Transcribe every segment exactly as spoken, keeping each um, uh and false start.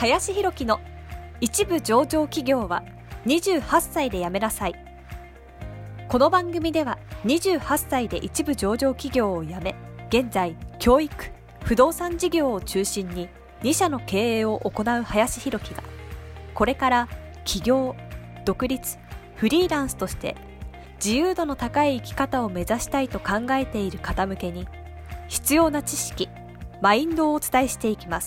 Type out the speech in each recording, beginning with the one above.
林弘樹の一部上場企業はにじゅうはっさいで辞めなさい。この番組ではにじゅうはっさいで一部上場企業を辞め、現在教育、不動産事業を中心にに社の経営を行う林弘樹が、これから起業、独立、フリーランスとして自由度の高い生き方を目指したいと考えている方向けに必要な知識、マインドをお伝えしていきます。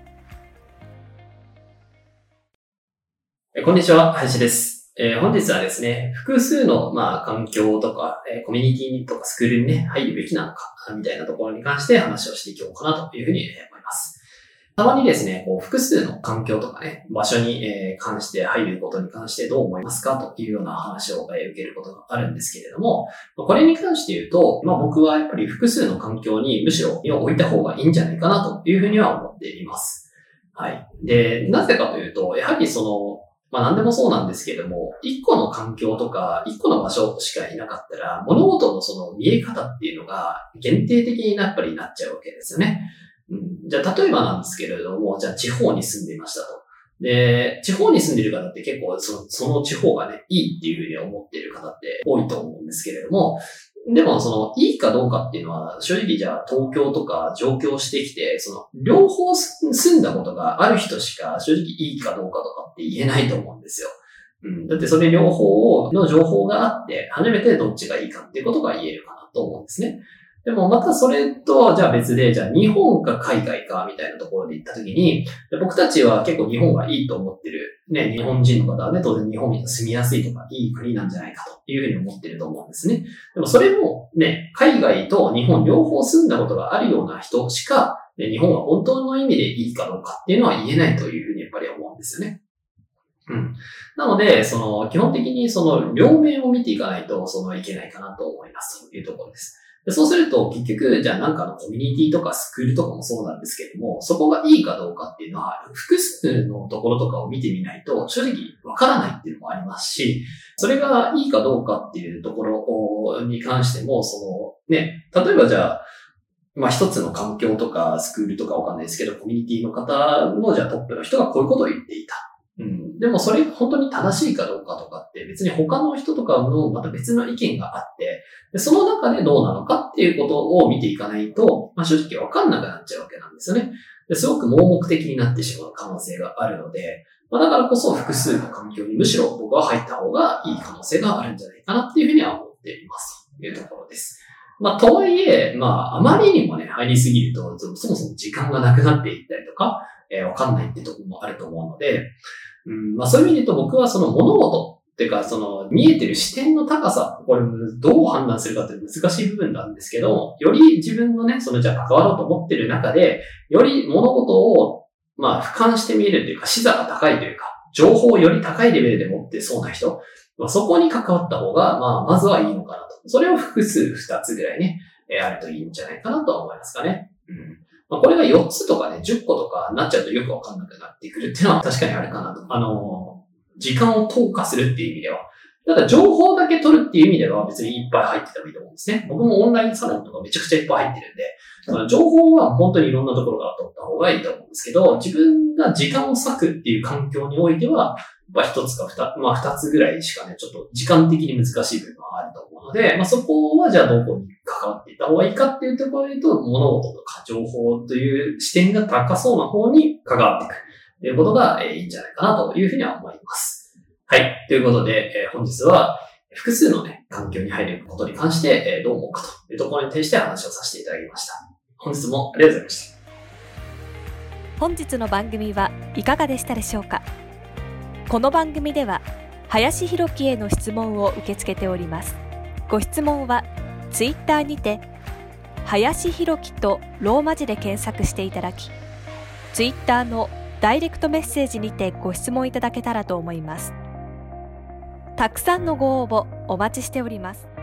こんにちは、林です。えー、本日はですね、複数の、まあ、環境とか、えー、コミュニティとかスクールにね、入るべきなのか、みたいなところに関して話をしていこうかなというふうに思います。たまにですね、こう複数の環境とかね、場所に、えー、関して入ることに関してどう思いますかというような話を、えー、受けることがあるんですけれども、これに関して言うと、まあ僕はやっぱり複数の環境にむしろ身を置いた方がいいんじゃないかなというふうには思っています。はい。で、なぜかというと、やはりその、まあ何でもそうなんですけれども、一個の環境とか一個の場所しかいなかったら、物事のその見え方っていうのが限定的にやっぱりなっちゃうわけですよね。うん、じゃあ例えばなんですけれども、じゃあ地方に住んでいましたと。で、地方に住んでいる方って結構その、その地方がね、いいっていうふうに思っている方って多いと思うんですけれども、でもその、いいかどうかっていうのは、正直じゃあ東京とか上京してきて、その、両方住んだことがある人しか正直いいかどうかとかって言えないと思うんですよ。うん。だってそれ両方の情報があって、初めてどっちがいいかっていうことが言えるかなと思うんですね。でもまたそれと、じゃあ別で、じゃあ日本か海外かみたいなところで行ったときに、僕たちは結構日本がいいと思ってる。ね、日本人の方はね、当然日本に住みやすいとかいい国なんじゃないかというふうに思ってると思うんですね。でもそれもね、海外と日本両方住んだことがあるような人しか、ね、日本は本当の意味でいいかどうかっていうのは言えないというふうにやっぱり思うんですよね。うん。なので、その、基本的にその両面を見ていかないと、そのいけないかなと思いますというところです。でそうすると、結局、じゃあなんかのコミュニティとかスクールとかもそうなんですけれども、そこがいいかどうかっていうのは、複数のところとかを見てみないと、正直わからないっていうのもありますし、それがいいかどうかっていうところに関しても、その、ね、例えばじゃあ、まあ一つの環境とかスクールとかわかんないですけど、コミュニティの方のじゃあトップの人がこういうことを言っていた。うん。でもそれ本当に正しいかどうかとかって別に他の人とかのまた別の意見があって、でその中でどうなのかっていうことを見ていかないと、まあ正直わかんなくなっちゃうわけなんですよね。ですごく盲目的になってしまう可能性があるので、まあだからこそ複数の環境にむしろ僕は入った方がいい可能性があるんじゃないかなっていうふうには思っていますというところです。まあとはいえ、まああまりにもね、入りすぎると、そもそも時間がなくなっていったりとか、えー、わかんないってところもあると思うので、うん、まあそういう意味で言うと僕はその物事っていうかその見えてる視点の高さ、これどう判断するかって難しい部分なんですけど、より自分のね、そのじゃあ関わろうと思ってる中で、より物事をまあ俯瞰して見えるというか視座が高いというか、情報をより高いレベルで持ってそうな人、まあ、そこに関わった方がまあまずはいいのかなと。それを複数二つぐらいね、えー、あるといいんじゃないかなとは思いますかね。うんまあ、これがよっつとかね、じゅっことかなっちゃうとよくわかんなくなってくるっていうのは確かにあるかなと。あのー、時間を投下するっていう意味では。ただ情報だけ取るっていう意味では別にいっぱい入っててもいいと思うんですね。僕もオンラインサロンとかめちゃくちゃいっぱい入ってるんで、その情報は本当にいろんなところから取った方がいいと思うんですけど、自分が時間を割くっていう環境においては、まあ一つか二つ、まあ二つぐらいしかね、ちょっと時間的に難しい部分はあると思うので、まあそこはじゃあどこに関わっていった方がいいかっていうところで言うと、物事とか情報という視点が高そうな方に関わっていくということがいいんじゃないかなというふうには思います。はい。ということで、本日は複数のね、環境に入ることに関してどう思うかというところに対して話をさせていただきました。本日もありがとうございました。 本日の番組はいかがでしたでしょうか。この番組では林弘樹への質問を受け付けております。ご質問はツイッターにて林弘樹とローマ字で検索していただき、ツイッターのダイレクトメッセージにてご質問いただけたらと思います。たくさんのご応募お待ちしております。